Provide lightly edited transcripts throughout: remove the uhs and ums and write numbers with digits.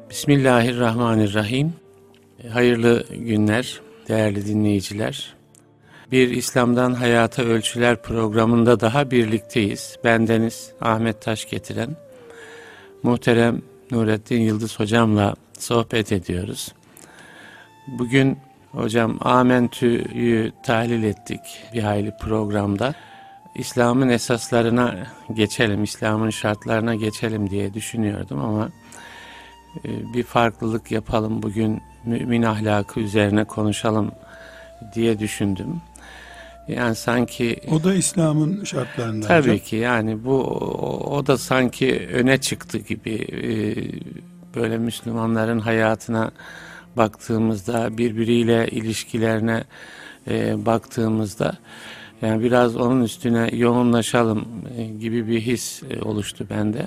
Bismillahirrahmanirrahim. Hayırlı günler değerli dinleyiciler. Bir İslam'dan Hayata Ölçüler programında daha birlikteyiz. Bendeniz Ahmet Taş getiren muhterem Nurettin Yıldız hocamla sohbet ediyoruz. Bugün hocam Amentü'yü tahlil ettik bir hayli programda. İslam'ın esaslarına geçelim, İslam'ın şartlarına geçelim diye düşünüyordum ama bir farklılık yapalım, bugün mümin ahlakı üzerine konuşalım diye düşündüm. Yani sanki o da İslam'ın şartlarından. Tabii hocam. Ki yani o da sanki öne çıktı gibi, böyle Müslümanların hayatına baktığımızda, birbiriyle ilişkilerine baktığımızda yani biraz onun üstüne yoğunlaşalım gibi bir his oluştu bende.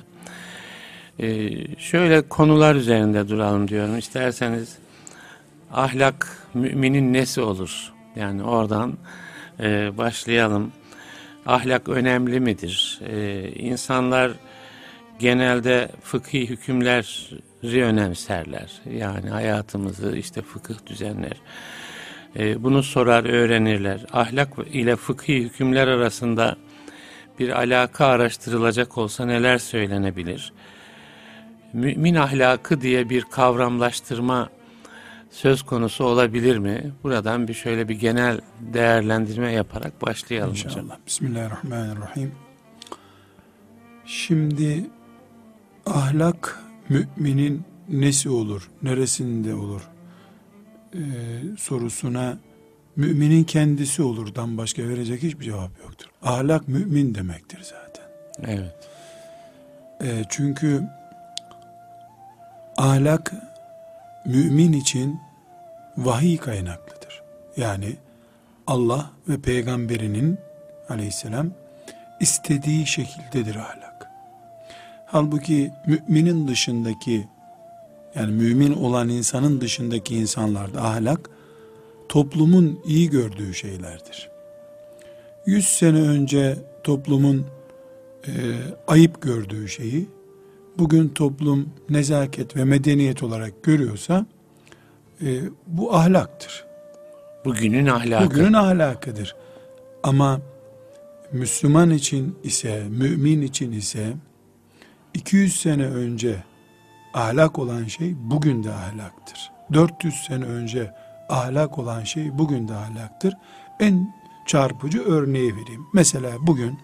Şöyle konular üzerinde duralım diyorum. İsterseniz ahlak müminin nesi olur? Yani oradan başlayalım. Ahlak önemli midir? İnsanlar genelde fıkhi hükümleri önemserler. Yani hayatımızı işte fıkıh düzenler. Bunu sorar, öğrenirler. Ahlak ile fıkhi hükümler arasında bir alaka araştırılacak olsa neler söylenebilir? Mümin ahlakı diye bir kavramlaştırma söz konusu olabilir mi? Buradan şöyle bir genel değerlendirme yaparak başlayalım İnşallah. hocam. Bismillahirrahmanirrahim. Şimdi ahlak müminin nesi olur, neresinde olur sorusuna müminin kendisi olurdan başka verecek hiçbir cevap yoktur. Ahlak mümin demektir zaten. Evet. Çünkü ahlak mümin için vahiy kaynaklıdır. Yani Allah ve peygamberinin aleyhisselam istediği şekildedir ahlak. Halbuki müminin dışındaki, yani mümin olan insanın dışındaki insanlarda ahlak toplumun iyi gördüğü şeylerdir. 100 sene önce toplumun ayıp gördüğü şeyi bugün toplum nezaket ve medeniyet olarak görüyorsa bu ahlaktır. Bugünün ahlakı. Bugünün ahlakıdır. Ama Müslüman için ise, mümin için ise 200 sene önce ahlak olan şey bugün de ahlaktır. 400 sene önce ahlak olan şey bugün de ahlaktır. En çarpıcı örneği vereyim. Mesela bugün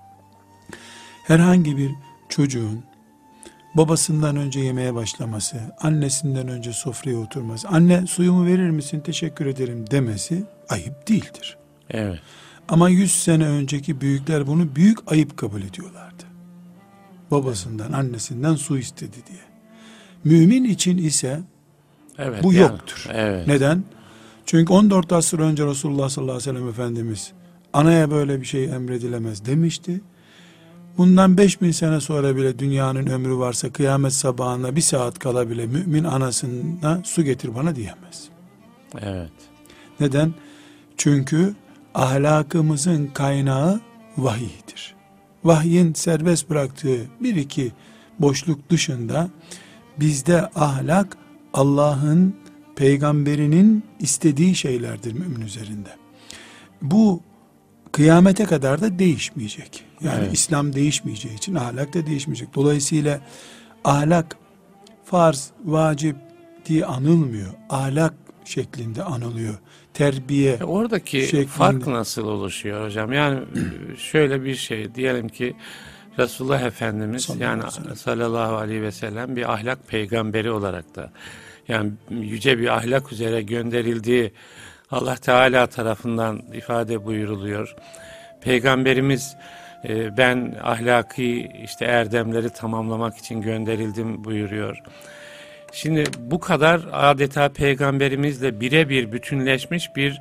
herhangi bir çocuğun babasından önce yemeye başlaması, annesinden önce sofraya oturması, anne suyumu verir misin teşekkür ederim demesi ayıp değildir. Evet. Ama 100 sene önceki büyükler bunu büyük ayıp kabul ediyorlardı. Babasından, annesinden su istedi diye. Mümin için ise bu yoktur. Evet. Neden? Çünkü 14 asır önce Resulullah sallallahu aleyhi ve sellem Efendimiz anaya böyle bir şey emredilemez demişti. Bundan 5000 sene sonra bile dünyanın ömrü varsa kıyamet sabahına bir saat kala bile mümin anasına su getir bana diyemez. Evet. Neden? Çünkü ahlakımızın kaynağı vahiydir. Vahyin serbest bıraktığı bir iki boşluk dışında bizde ahlak Allah'ın peygamberinin istediği şeylerdir mümin üzerinde. Bu kıyamete kadar da değişmeyecek. Yani evet. İslam değişmeyeceği için ahlak da değişmeyecek. Dolayısıyla ahlak farz, vacip diye anılmıyor. Ahlak şeklinde anılıyor. Terbiye oradaki şeklinde. Fark nasıl oluşuyor hocam? Yani şöyle bir şey diyelim ki Resulullah Efendimiz sallallahu aleyhi ve sellem bir ahlak peygamberi olarak da yani yüce bir ahlak üzere gönderildiği Allah Teala tarafından ifade buyuruluyor. Peygamberimiz ben ahlaki işte erdemleri tamamlamak için gönderildim buyuruyor. Şimdi bu kadar adeta peygamberimizle birebir bütünleşmiş bir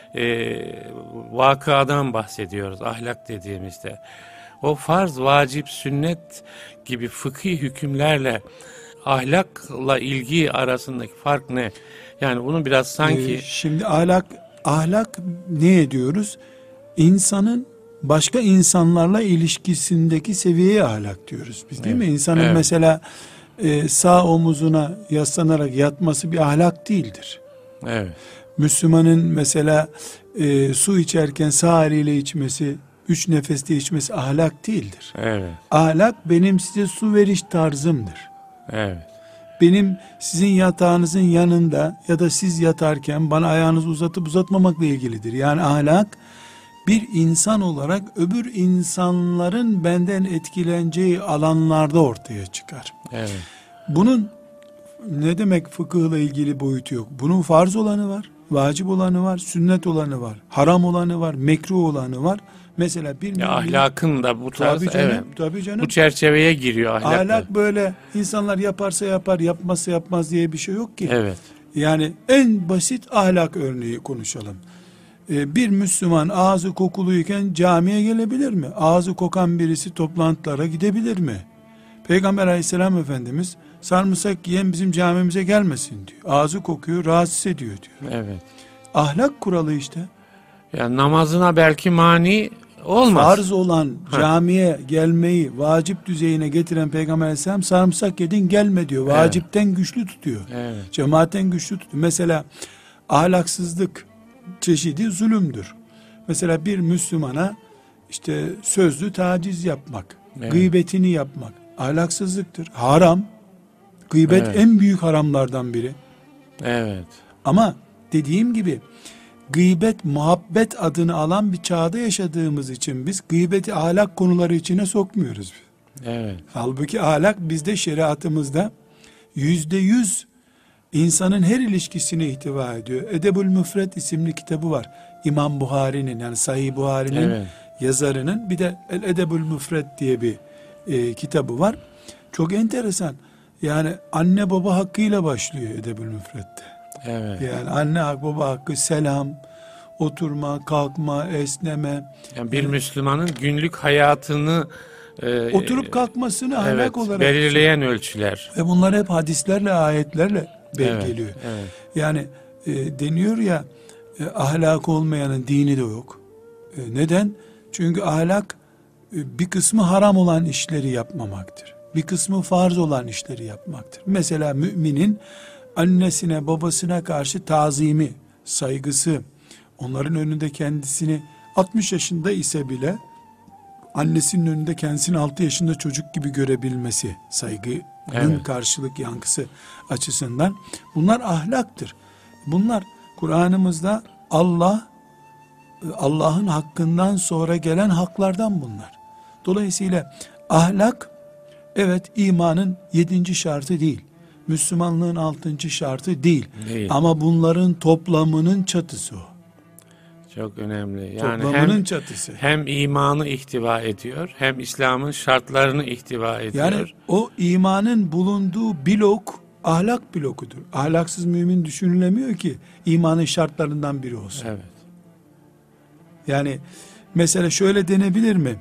vakıadan bahsediyoruz ahlak dediğimizde. O farz, vacip, sünnet gibi fıkhi hükümlerle ahlakla ilgi arasındaki fark ne? Yani bunu biraz sanki... Şimdi ahlak ne ediyoruz? İnsanın başka insanlarla ilişkisindeki seviyeye ahlak diyoruz biz, değil mi? İnsanın mesela sağ omuzuna yaslanarak yatması bir ahlak değildir. Evet. Müslümanın mesela su içerken sağ eliyle içmesi, 3 nefeste içmesi ahlak değildir. Evet. Ahlak benim size su veriş tarzımdır. Evet. Benim sizin yatağınızın yanında ya da siz yatarken bana ayağınızı uzatıp uzatmamakla ilgilidir. Yani ahlak bir insan olarak öbür insanların benden etkileneceği alanlarda ortaya çıkar. Evet. Bunun ne demek fıkıhla ilgili boyutu yok. Bunun farz olanı var, vacip olanı var, sünnet olanı var, haram olanı var, mekruh olanı var. Mesela bir ahlakın da bu tarz, tabii canım, evet. Tabii canım. Bu çerçeveye giriyor ahlak. Ahlak böyle insanlar yaparsa yapar, yapmazsa yapmaz diye bir şey yok ki. Evet. Yani en basit ahlak örneği konuşalım. Bir Müslüman ağzı kokuluyken camiye gelebilir mi? Ağzı kokan birisi toplantılara gidebilir mi? Peygamber aleyhisselam Efendimiz sarımsak yiyen bizim camimize gelmesin diyor. Ağzı kokuyor, rahatsız ediyor diyor. Evet. Ahlak kuralı işte. Yani namazına belki mani olmaz. Farz olan camiye gelmeyi vacip düzeyine getiren Peygamber aleyhisselam sarımsak yedin gelme diyor. Vacipten güçlü tutuyor. Evet. Cemaatten güçlü tutuyor. Mesela ahlaksızlık çeşidi zulümdür. Mesela bir Müslümana işte sözlü taciz yapmak, gıybetini yapmak ahlaksızlıktır. Haram. Gıybet en büyük haramlardan biri. Evet. Ama dediğim gibi gıybet muhabbet adını alan bir çağda yaşadığımız için biz gıybeti ahlak konuları içine sokmuyoruz. Evet. Halbuki ahlak bizde şeriatımızda %100 insanın her ilişkisini ihtiva ediyor. Edebül Müfred isimli kitabı var. İmam Buhari'nin, yani Sahih Buhari'nin yazarının, bir de El Edebül Müfred diye bir kitabı var. Çok enteresan. Yani anne baba hakkıyla başlıyor Edebül Müfred'de. Evet. Yani anne baba hakkı, selam, oturma, kalkma, esneme. Yani bir Müslümanın günlük hayatını oturup kalkmasını ahlak olarak belirleyen ölçüler. Ve bunlar hep hadislerle, ayetlerle belgeliyor. Evet. Yani deniyor ya ahlak olmayanın dini de yok. Neden? Çünkü ahlak bir kısmı haram olan işleri yapmamaktır. Bir kısmı farz olan işleri yapmaktır. Mesela müminin annesine babasına karşı tazimi, saygısı, onların önünde kendisini 60 yaşında ise bile annesinin önünde kendisini 6 yaşında çocuk gibi görebilmesi, saygının karşılık yankısı açısından bunlar ahlaktır. Bunlar Kur'an'ımızda Allah'ın hakkından sonra gelen haklardan bunlar. Dolayısıyla ahlak evet imanın 7. şartı değil. Müslümanlığın 6. şartı değil. Ama bunların toplamının çatısı o. Çok önemli. Yani toplamının çatısı. Hem imanı ihtiva ediyor, hem İslam'ın şartlarını ihtiva ediyor. Yani o imanın bulunduğu blok ahlak blokudur. Ahlaksız mümin düşünülemiyor ki imanın şartlarından biri olsun. Evet. Yani mesela şöyle denebilir mi?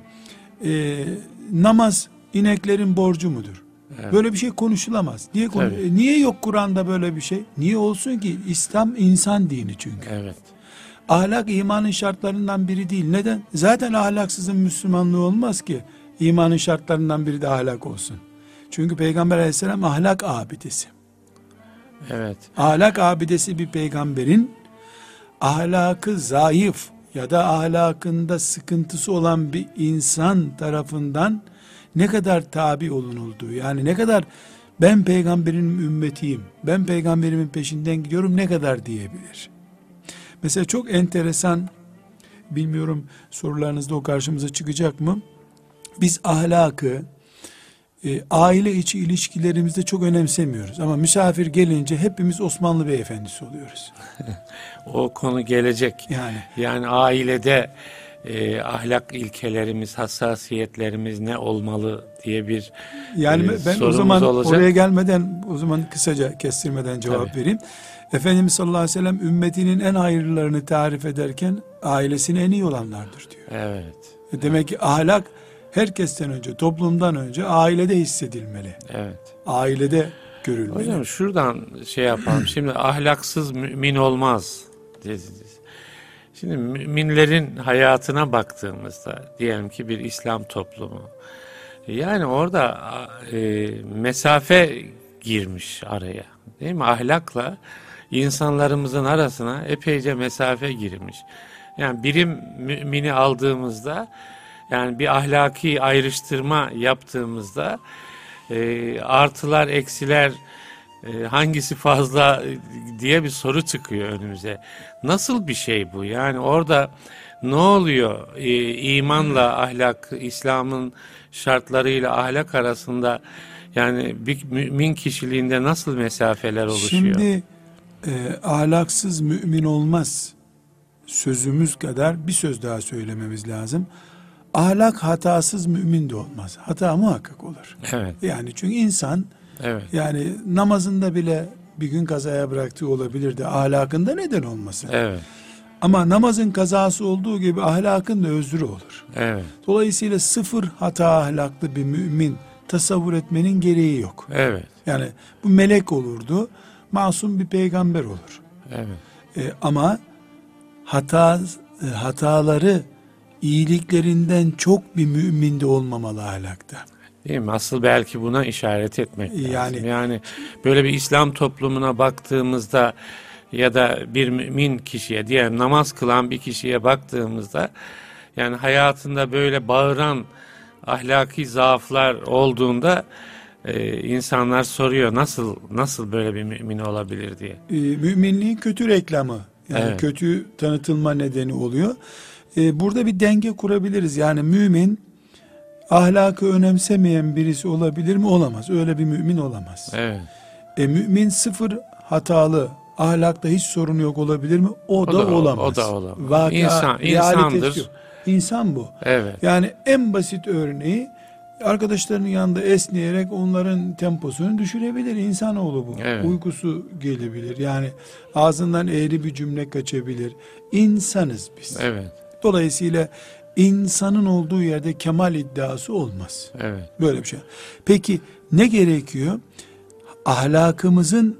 Namaz ineklerin borcu mudur? Evet. Böyle bir şey konuşulamaz. Niye yok Kur'an'da böyle bir şey? Niye olsun ki? İslam insan dini çünkü. Evet. Ahlak imanın şartlarından biri değil. Neden? Zaten ahlaksızın Müslümanlığı olmaz ki. İmanın şartlarından biri de ahlak olsun. Çünkü Peygamber aleyhisselam ahlak abidesi. Evet. Ahlak abidesi bir peygamberin ahlakı zayıf ya da ahlakında sıkıntısı olan bir insan tarafından ne kadar tabi olunulduğu, yani ne kadar ben peygamberin ümmetiyim, ben peygamberimin peşinden gidiyorum ne kadar diyebilir. Mesela çok enteresan, bilmiyorum sorularınızda o karşımıza çıkacak mı? Biz ahlakı aile içi ilişkilerimizde çok önemsemiyoruz. Ama misafir gelince hepimiz Osmanlı beyefendisi oluyoruz. O konu gelecek. Yani ailede ahlak ilkelerimiz, hassasiyetlerimiz ne olmalı diye bir ben o zaman olacak. Oraya gelmeden, o zaman kısaca kestirmeden cevap vereyim. Efendimiz sallallahu aleyhi ve sellem ümmetinin en hayırlılarını tarif ederken ailesine en iyi olanlardır diyor. Evet. Demek ki ahlak herkesten önce, toplumdan önce ailede hissedilmeli. Evet. Ailede görülmeli. Hocam şuradan yapalım. Şimdi ahlaksız mümin olmaz. Şimdi müminlerin hayatına baktığımızda, diyelim ki bir İslam toplumu, Yani orada mesafe girmiş araya, değil mi? Ahlakla insanlarımızın arasına epeyce mesafe girmiş. Yani birim mümini aldığımızda, yani bir ahlaki ayrıştırma yaptığımızda artılar, eksiler, hangisi fazla diye bir soru çıkıyor önümüze. Nasıl bir şey bu? Yani orada ne oluyor? İmanla ahlak, İslam'ın şartlarıyla ahlak arasında, yani bir mümin kişiliğinde nasıl mesafeler oluşuyor? Şimdi ahlaksız mümin olmaz sözümüz kadar bir söz daha söylememiz lazım. Ahlak hatasız mümin de olmaz. Hata muhakkak olur. Evet. Yani çünkü insan, Evet. yani namazında bile bir gün kazaya bıraktığı olabilir de ahlakında neden olmasın? Evet. Ama namazın kazası olduğu gibi ahlakın da özrü olur. Evet. Dolayısıyla sıfır hata ahlaklı bir mümin tasavvur etmenin gereği yok. Evet. Yani bu melek olurdu, masum bir peygamber olur. Evet. Ama hataları iyiliklerinden çok bir müminde olmamalı ahlakta. Değil mi? Asıl belki buna işaret etmek Yani- lazım. Yani böyle bir İslam toplumuna baktığımızda ya da bir mümin kişiye, diyelim namaz kılan bir kişiye baktığımızda, yani hayatında böyle bağıran ahlaki zaaflar olduğunda insanlar soruyor, nasıl böyle bir mümin olabilir diye. Müminliğin kötü reklamı, yani Evet. kötü tanıtılma nedeni oluyor. Burada bir denge kurabiliriz. Yani mümin ahlakı önemsemeyen birisi olabilir mi? Olamaz. Öyle bir mümin olamaz. Evet. Mümin sıfır hatalı, ahlakta hiç sorun yok olabilir mi? O da olamaz. O da olamaz. Realitesi İnsandır. yok. İnsan bu. Evet. Yani en basit örneği, arkadaşlarının yanında esneyerek onların temposunu düşürebilir. İnsanoğlu bu. Evet. Uykusu gelebilir. Yani ağzından eğri bir cümle kaçabilir. İnsanız biz. Evet. Dolayısıyla insanın olduğu yerde kemal iddiası olmaz. Evet. Böyle bir şey. Peki ne gerekiyor? Ahlakımızın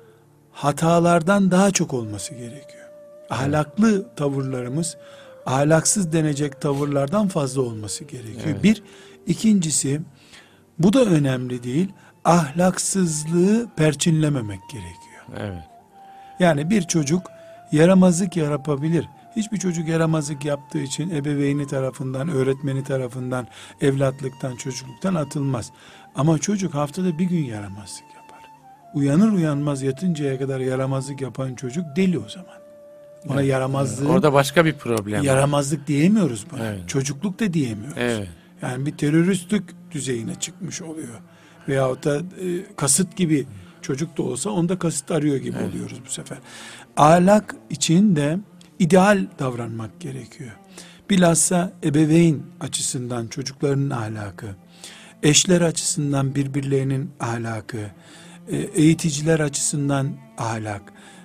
hatalardan daha çok olması gerekiyor. Ahlaklı tavırlarımız ahlaksız denecek tavırlardan fazla olması gerekiyor. Evet. Bir. İkincisi, bu da önemli değil, ahlaksızlığı perçinlememek gerekiyor. Evet. Yani bir çocuk yaramazlık yapabilir. Hiçbir çocuk yaramazlık yaptığı için ebeveyni tarafından, öğretmeni tarafından, evlatlıktan, çocukluktan atılmaz. Ama çocuk haftada bir gün yaramazlık yapar. Uyanır uyanmaz yatıncaya kadar yaramazlık yapan çocuk deli o zaman. Ona Evet. yaramazlığı, Orada başka bir problem var. yaramazlık diyemiyoruz buna. Evet. Çocukluk da diyemiyoruz. Evet. Yani bir teröristlik düzeyine çıkmış oluyor. Veyahut da kasıt gibi, çocuk da olsa onda kasıt arıyor gibi oluyoruz bu sefer. Ahlak için de ideal davranmak gerekiyor. Bilhassa ebeveyn açısından çocukların ahlakı, eşler açısından birbirlerinin ahlakı, eğiticiler açısından ahlak,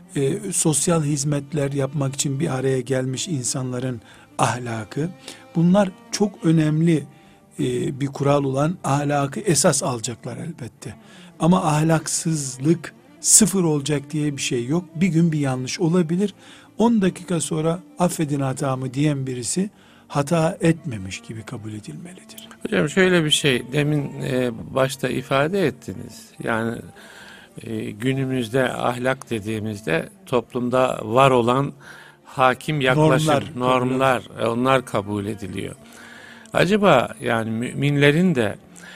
sosyal hizmetler yapmak için bir araya gelmiş insanların ahlakı, bunlar çok önemli bir kural olan ahlakı esas alacaklar elbette. Ama ahlaksızlık sıfır olacak diye bir şey yok. Bir gün bir yanlış olabilir. 10 dakika sonra affedin hatamı diyen birisi hata etmemiş gibi kabul edilmelidir. Hocam şöyle bir şey, demin başta ifade ettiniz. Yani günümüzde ahlak dediğimizde toplumda var olan hakim yaklaşım, normlar, onlar kabul ediliyor. Acaba yani müminlerin de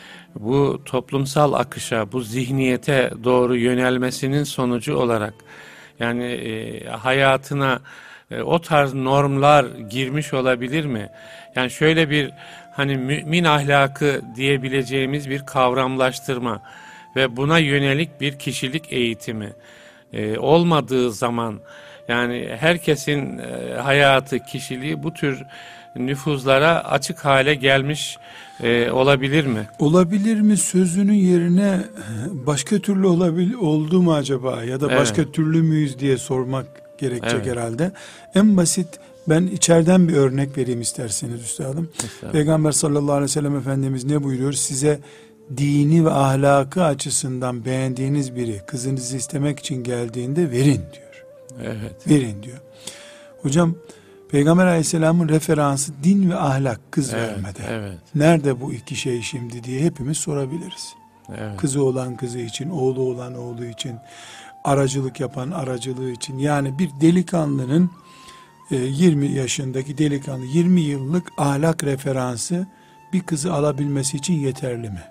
bu toplumsal akışa, bu zihniyete doğru yönelmesinin sonucu olarak, yani hayatına o tarz normlar girmiş olabilir mi? Yani şöyle bir, hani mümin ahlakı diyebileceğimiz bir kavramlaştırma ve buna yönelik bir kişilik eğitimi olmadığı zaman, yani herkesin hayatı, kişiliği bu tür nüfuzlara açık hale gelmiş olabilir mi? Olabilir mi sözünün yerine başka türlü oldu mu acaba, ya da başka türlü müyüz diye sormak gerekecek herhalde. En basit, ben içeriden bir örnek vereyim isterseniz üstadım. Peygamber sallallahu aleyhi ve sellem Efendimiz ne buyuruyor? Size dini ve ahlakı açısından beğendiğiniz biri kızınızı istemek için geldiğinde verin diyor. Evet. Verin diyor. Hocam Peygamber aleyhisselamın referansı din ve ahlak, kız Evet, vermede. evet, Nerede bu iki şey şimdi diye hepimiz sorabiliriz. evet. Kızı olan kızı için, oğlu olan oğlu için, aracılık yapan aracılığı için. Yani bir delikanlının 20 yaşındaki delikanlı 20 yıllık ahlak referansı bir kızı alabilmesi için yeterli mi?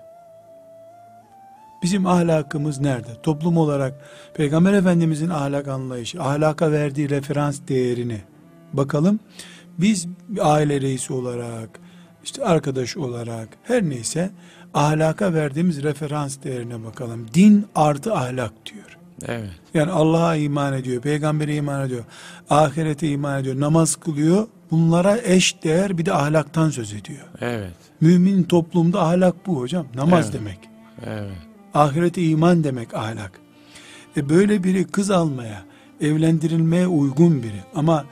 Bizim ahlakımız nerede? Toplum olarak Peygamber Efendimizin ahlak anlayışı, ahlaka verdiği referans değerini bakalım. Biz aile reisi olarak, işte arkadaş olarak, her neyse ahlaka verdiğimiz referans değerine bakalım. Din artı ahlak diyor. Evet. Yani Allah'a iman ediyor, peygambere iman ediyor, ahirete iman ediyor, namaz kılıyor. Bunlara eş değer bir de ahlaktan söz ediyor. Evet. Mümin toplumda ahlak bu hocam. Namaz Evet. demek. Evet. Ahirete iman demek ahlak. Böyle biri kız almaya, evlendirilmeye uygun biri. Ama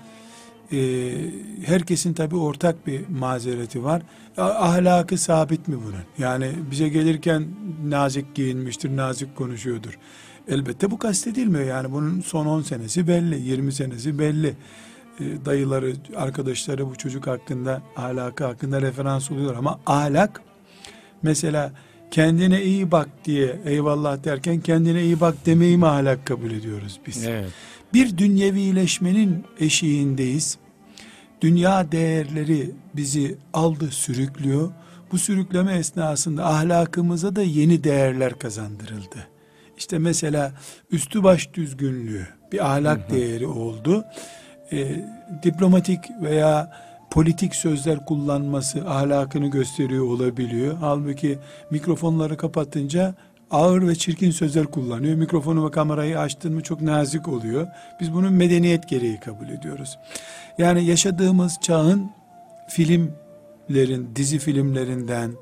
herkesin tabii ortak bir mazereti var. Ahlakı sabit mi bunun? Yani bize gelirken nazik giyinmiştir, nazik konuşuyordur. Elbette bu kastedilmiyor. Yani bunun son 10 senesi belli, 20 senesi belli. Dayıları, arkadaşları bu çocuk hakkında, ahlakı hakkında referans oluyor. Ama ahlak, mesela kendine iyi bak diye eyvallah derken kendine iyi bak demeyi mi ahlak kabul ediyoruz biz? Evet. Bir dünyevileşmenin eşiğindeyiz. Dünya değerleri bizi aldı, sürüklüyor. Bu sürükleme esnasında ahlakımıza da yeni değerler kazandırıldı. İşte mesela üstü baş düzgünlüğü bir ahlak değeri oldu. Diplomatik veya politik sözler kullanması ahlakını gösteriyor olabiliyor. Halbuki mikrofonları kapatınca ağır ve çirkin sözler kullanıyor. Mikrofonu ve kamerayı açtın mı çok nazik oluyor. Biz bunu medeniyet gereği kabul ediyoruz. Yani yaşadığımız çağın filmlerin, dizi filmlerinden,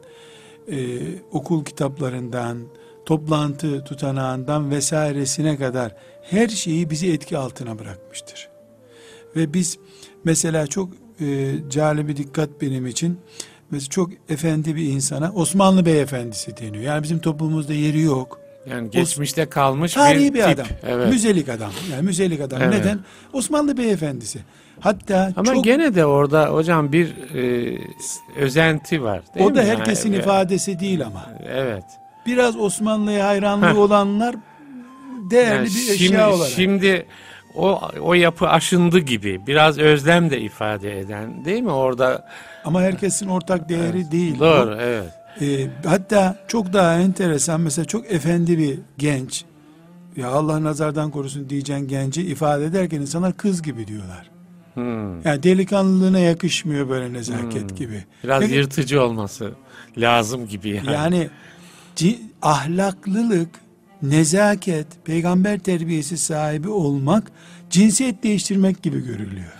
okul kitaplarından, toplantı tutanağından vesairesine kadar her şeyi bizi etki altına bırakmıştır. Ve biz mesela çok cali bir dikkat benim için, mesela çok efendi bir insana Osmanlı beyefendisi deniyor. Yani bizim toplumumuzda yeri yok. Yani geçmişte kalmış Tarihi bir tip. adam. Evet. Müzelik adam. Yani müzelik adam. Evet. Neden? Osmanlı beyefendisi. Hatta Ama çok, gene de orada hocam bir özenti var. Değil o da mi? herkesin Yani, ifadesi değil ama. evet. Biraz Osmanlı'ya hayranlığı olanlar değerli Yani bir eşya olarak. Şimdi o yapı aşındı gibi. Biraz özlem de ifade eden, değil mi orada? Ama herkesin ortak değeri değil. Doğru, Bu. evet. Hatta çok daha enteresan, mesela çok efendi bir genç, ya Allah nazardan korusun diyeceğin genci ifade ederken insanlar kız gibi diyorlar. Yani delikanlılığına yakışmıyor böyle nezaket gibi. Biraz Peki, yırtıcı olması lazım gibi yani. yani ahlaklılık, nezaket, peygamber terbiyesi sahibi olmak cinsiyet değiştirmek gibi görülüyor.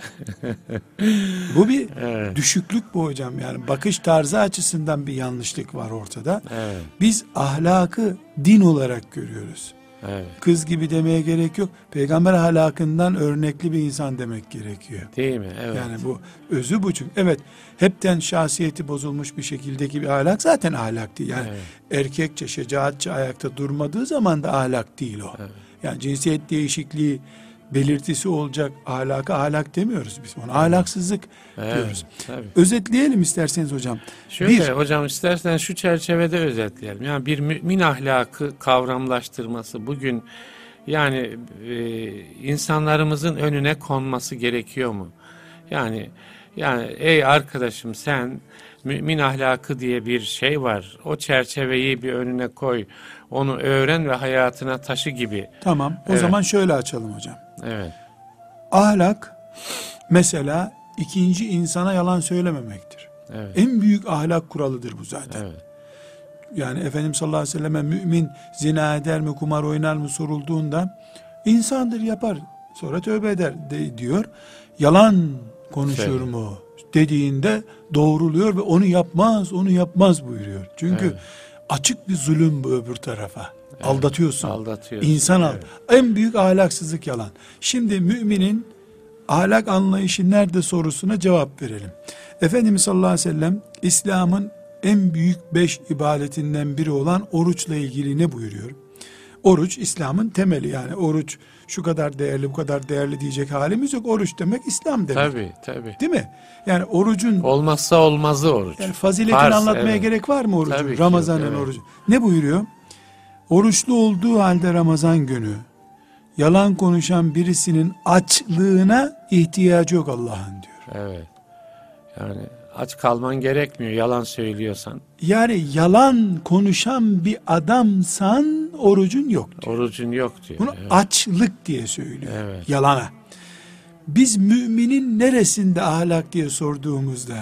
Bu bir düşüklük bu hocam. Yani bakış tarzı açısından bir yanlışlık var ortada. Evet. Biz ahlakı din olarak görüyoruz. Evet. Kız gibi demeye gerek yok. Peygamber ahlakından örnekli bir insan demek gerekiyor. Değil mi? Evet. Yani bu özü bu çünkü. Evet, hepten şahsiyeti bozulmuş bir şekildeki bir ahlak zaten ahlak değil. Yani erkekçe, şecaatçe ayakta durmadığı zaman da ahlak değil o. Evet. Yani cinsiyet değişikliği belirtisi olacak ahlaka ahlak demiyoruz biz. Ona ahlaksızlık diyoruz. Tabii. Özetleyelim isterseniz hocam. Şöyle hocam, istersen şu çerçevede özetleyelim. Yani bir mümin ahlakı kavramlaştırması bugün yani insanlarımızın önüne konması gerekiyor mu? Yani ey arkadaşım, sen mümin ahlakı diye bir şey var. O çerçeveyi bir önüne koy. Onu öğren ve hayatına taşı gibi. Tamam. O zaman şöyle açalım hocam. Evet. Ahlak mesela ikinci insana yalan söylememektir. Evet. En büyük ahlak kuralıdır bu zaten. Evet. Yani Efendimiz sallallahu aleyhi ve selleme mümin zina eder mi, kumar oynar mı sorulduğunda insandır, yapar, sonra tövbe eder diyor. Yalan konuşur mu dediğinde doğruluyor ve onu yapmaz buyuruyor. Çünkü açık bir zulüm bu öbür tarafa. Aldatıyorsun. İnsan al. En büyük ahlaksızlık yalan. Şimdi müminin ahlak anlayışı nerede sorusuna cevap verelim. Efendimiz sallallahu aleyhi ve sellem İslam'ın en büyük 5 ibadetinden biri olan oruçla ilgili ne buyuruyor? Oruç İslam'ın temeli, yani oruç şu kadar değerli, bu kadar değerli diyecek halimiz yok. Oruç demek İslam demek. Tabii. Değil mi? Yani orucun Olmazsa olmazı oruç. yani faziletini Farz, anlatmaya evet. gerek var mı orucun? Tabii ki Ramazan'ın yok, evet. orucu. Ne buyuruyor? Oruçlu olduğu halde Ramazan günü yalan konuşan birisinin açlığına ihtiyacı yok Allah'ın diyor. Evet. Yani aç kalman gerekmiyor yalan söylüyorsan. Yani yalan konuşan bir adamsan orucun yok diyor. Orucun yok diyor. Bunu Evet. açlık diye söylüyor. Evet. Yalana. Biz müminin neresinde ahlak diye sorduğumuzda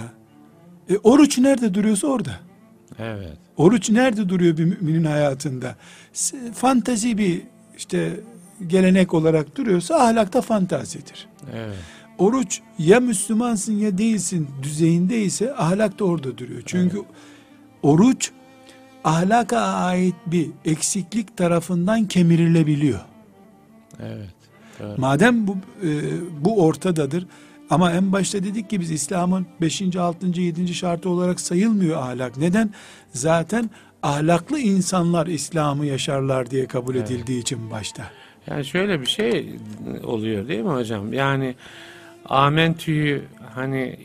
oruç nerede duruyorsa orada. Evet. Oruç nerede duruyor bir müminin hayatında? Fantazi bir işte gelenek olarak duruyorsa ahlakta fantazidir. Evet. Oruç ya Müslümansın ya değilsin düzeyindeyse ahlak da orada duruyor. Çünkü oruç ahlaka ait bir eksiklik tarafından kemirilebiliyor. Evet. Doğru. Madem bu ortadadır, ama en başta dedik ki biz İslam'ın 5. 6. 7. şartı olarak sayılmıyor ahlak. Neden? Zaten ahlaklı insanlar İslam'ı yaşarlar diye kabul edildiği için başta. Yani şöyle bir şey oluyor değil mi hocam? Yani amentüyü hani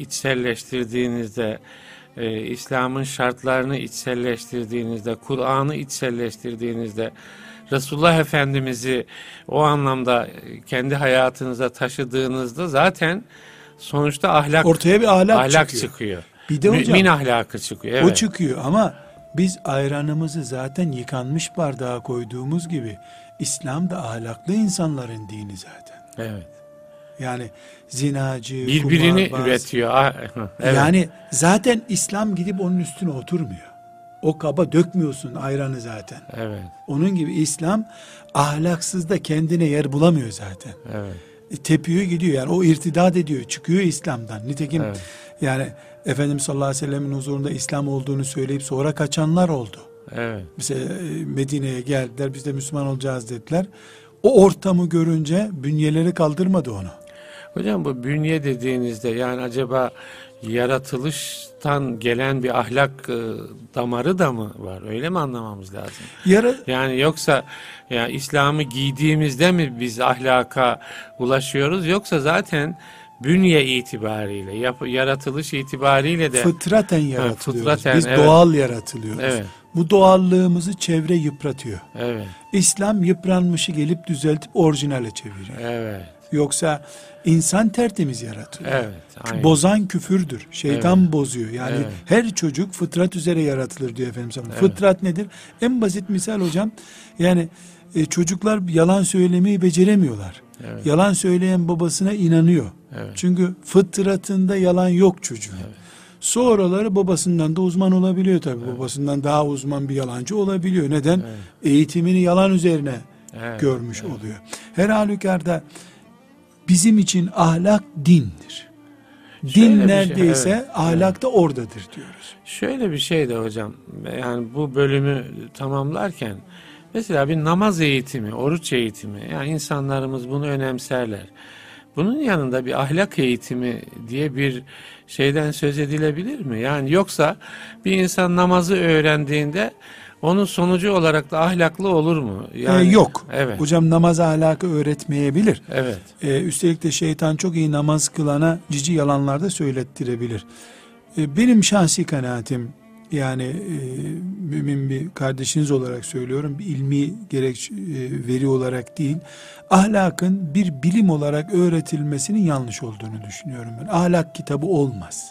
içselleştirdiğinizde, İslam'ın şartlarını içselleştirdiğinizde, Kur'an'ı içselleştirdiğinizde, Resulullah Efendimiz'i o anlamda kendi hayatınıza taşıdığınızda zaten sonuçta ahlak Ortaya bir ahlak çıkıyor. Bir de hocam, Mümin ahlakı çıkıyor. Evet. o çıkıyor ama biz ayranımızı zaten yıkanmış bardağa koyduğumuz gibi İslam da ahlaklı insanların dini zaten. Evet. Yani zinacı, Birbirini kumarbaz, üretiyor. Evet. yani zaten İslam gidip onun üstüne oturmuyor. O kaba dökmüyorsun ayranı zaten. Evet. Onun gibi İslam ahlaksız da kendine yer bulamıyor zaten. Evet. Tepiyor gidiyor, yani o irtidat ediyor, çıkıyor İslam'dan. Nitekim Evet. yani Efendimiz sallallahu aleyhi ve sellemin huzurunda İslam olduğunu söyleyip sonra kaçanlar oldu. Evet. Mesela Medine'ye geldiler, biz de Müslüman olacağız dediler. O ortamı görünce bünyeleri kaldırmadı onu. Hocam bu bünye dediğinizde yani acaba yaratılıştan gelen bir ahlak damarı da mı var? Öyle mi anlamamız lazım? Yani yoksa yani İslam'ı giydiğimizde mi biz ahlaka ulaşıyoruz, yoksa zaten bünye itibariyle, yaratılış itibariyle de fıtraten yaratılıyoruz. Fıtraten, biz evet. Doğal yaratılıyoruz. Evet. Bu doğallığımızı çevre yıpratıyor. Evet. İslam yıpranmışı gelip düzeltip orijinale çeviriyor. Evet. Yoksa insan tertemiz yaratılıyor. Evet. Aynen. Bozan küfürdür. Şeytan bozuyor. Yani Evet. her çocuk fıtrat üzere yaratılır diyor Efendimiz. Evet. Fıtrat nedir? En basit misal hocam. Yani çocuklar yalan söylemeyi beceremiyorlar. Evet. Yalan söyleyen babasına inanıyor. Evet. Çünkü fıtratında yalan yok çocuğun. Evet. Sonraları babasından da uzman olabiliyor tabii. Evet. Babasından daha uzman bir yalancı olabiliyor. Neden? Evet. Eğitimini yalan üzerine görmüş oluyor. Her halükarda bizim için ahlak dindir. Din neredeyse ahlak da oradadır diyoruz. Şöyle bir şey de hocam, yani bu bölümü tamamlarken mesela bir namaz eğitimi, oruç eğitimi, yani insanlarımız bunu önemserler. Bunun yanında bir ahlak eğitimi diye bir şeyden söz edilebilir mi? Yani yoksa bir insan namazı öğrendiğinde onun sonucu olarak da ahlaklı olur mu? Yani, yok. Evet. Hocam namaz ahlakı öğretmeyebilir. Evet. Üstelik de şeytan çok iyi namaz kılana cici yalanlar da söylettirebilir. Benim şahsi kanaatim, yani mümin bir kardeşiniz olarak söylüyorum, bir ilmi veri olarak değil, ahlakın bir bilim olarak öğretilmesinin yanlış olduğunu düşünüyorum ben. Ahlak kitabı olmaz.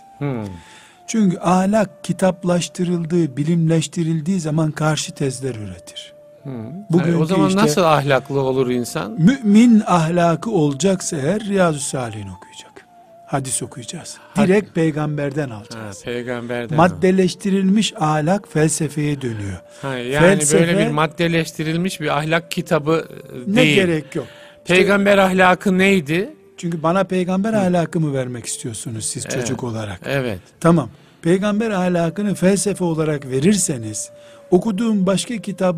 Çünkü ahlak kitaplaştırıldığı, bilimleştirildiği zaman karşı tezler üretir. O zaman nasıl ahlaklı olur insan? Mümin ahlakı olacaksa eğer Riyazü-Salihin okuyacak. Hadis okuyacağız. Direkt peygamberden alacağız. Peygamberden. Maddeleştirilmiş ahlak felsefeye dönüyor. Yani böyle bir maddeleştirilmiş bir ahlak kitabı değil. Ne gerek yok. Peygamber ahlakı neydi? Çünkü bana peygamber ahlakımı vermek istiyorsunuz siz çocuk olarak. Evet. Tamam. Peygamber ahlakını felsefe olarak verirseniz okuduğum başka kitaba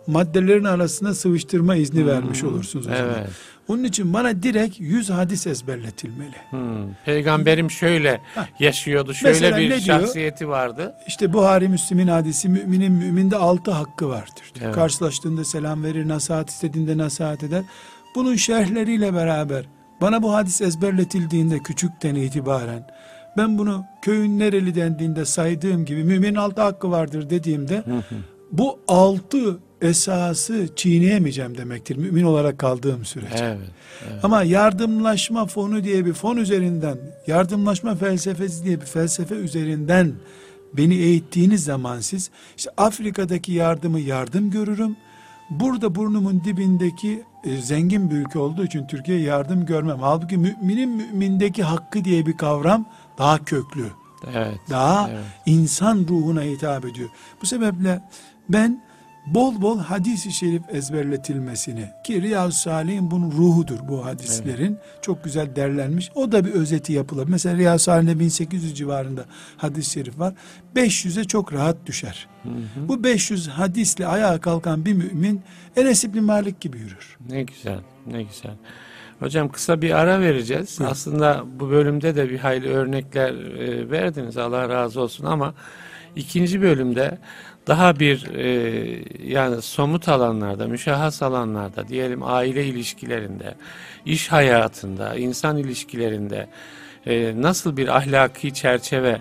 maddelerin arasına sıvıştırma izni vermiş olursunuz o zaman. Evet. Onun için bana direkt 100 hadis ezberletilmeli. Peygamberim şöyle yaşıyordu, şöyle Mesela bir ne diyor? şahsiyeti vardı. İşte Buhari Müslim'in hadisi, müminin müminde 6 hakkı vardır. Evet. Karşılaştığında selam verir, nasihat istediğinde nasihat eder. Bunun şerhleriyle beraber bana bu hadis ezberletildiğinde küçükten itibaren, ben bunu köyün nereli dendiğinde saydığım gibi müminin 6 hakkı vardır dediğimde bu 6 esası çiğneyemeyeceğim demektir mümin olarak kaldığım sürece. Evet, evet. Ama yardımlaşma fonu diye bir fon üzerinden, yardımlaşma felsefesi diye bir felsefe üzerinden beni eğittiğiniz zaman siz, işte Afrika'daki yardımı yardım görürüm. Burada burnumun dibindeki zengin bir ülke olduğu için Türkiye yardım görmem. Halbuki müminin mümindeki hakkı diye bir kavram daha köklü. Evet, Daha evet. insan ruhuna hitap ediyor. Bu sebeple ben bol bol hadis-i şerif ezberletilmesini, ki Riyazu Salih'in bunun ruhudur bu hadislerin. Çok güzel derlenmiş. O da bir özeti yapılır. Mesela Riyazu Salih'de 1800 civarında hadis-i şerif var. 500'e çok rahat düşer. Bu 500 hadisle ayağa kalkan bir mümin Enes İbni Malik gibi yürür. Ne güzel, ne güzel. Hocam kısa bir ara vereceğiz. Evet. Aslında bu bölümde de bir hayli örnekler verdiniz. Allah razı olsun, ama ikinci bölümde daha bir yani somut alanlarda, müşahhas alanlarda, diyelim aile ilişkilerinde, iş hayatında, insan ilişkilerinde nasıl bir ahlaki çerçeve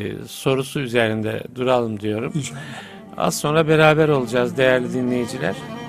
sorusu üzerinde duralım diyorum. İnşallah. Az sonra beraber olacağız değerli dinleyiciler.